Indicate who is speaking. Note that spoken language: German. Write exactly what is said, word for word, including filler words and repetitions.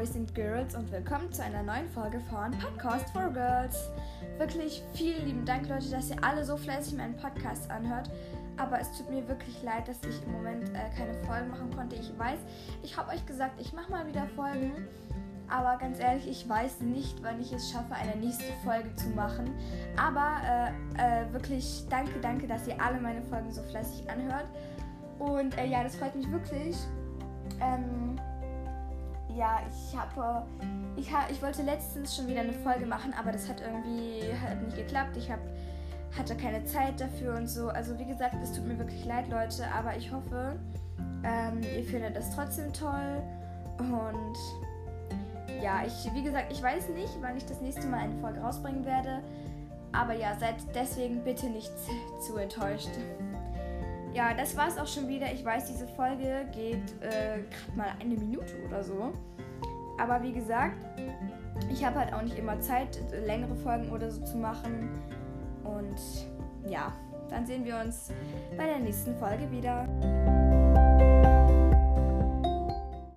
Speaker 1: Boys and Girls und willkommen zu einer neuen Folge von Podcast for Girls. Wirklich vielen lieben Dank, Leute, dass ihr alle so fleißig meinen Podcast anhört. Aber es tut mir wirklich leid, dass ich im Moment äh, keine Folgen machen konnte. Ich weiß, ich habe euch gesagt, ich mache mal wieder Folgen. Aber ganz ehrlich, ich weiß nicht, wann ich es schaffe, eine nächste Folge zu machen. Aber äh, äh, wirklich danke, danke, dass ihr alle meine Folgen so fleißig anhört. Und äh, ja, das freut mich wirklich. Ähm, ja, ich habe, ich, ha, ich wollte letztens schon wieder eine Folge machen, aber das hat irgendwie hat nicht geklappt. Ich hab, hatte keine Zeit dafür und so. Also wie gesagt, es tut mir wirklich leid, Leute, aber ich hoffe, ähm, ihr findet das trotzdem toll. Und ja, ich, wie gesagt, ich weiß nicht, wann ich das nächste Mal eine Folge rausbringen werde. Aber ja, seid deswegen bitte nicht zu enttäuscht. Ja, das war's auch schon wieder. Ich weiß, diese Folge geht äh, gerade mal eine Minute oder so. Aber wie gesagt, ich habe halt auch nicht immer Zeit, längere Folgen oder so zu machen. Und ja, dann sehen wir uns bei der nächsten Folge wieder.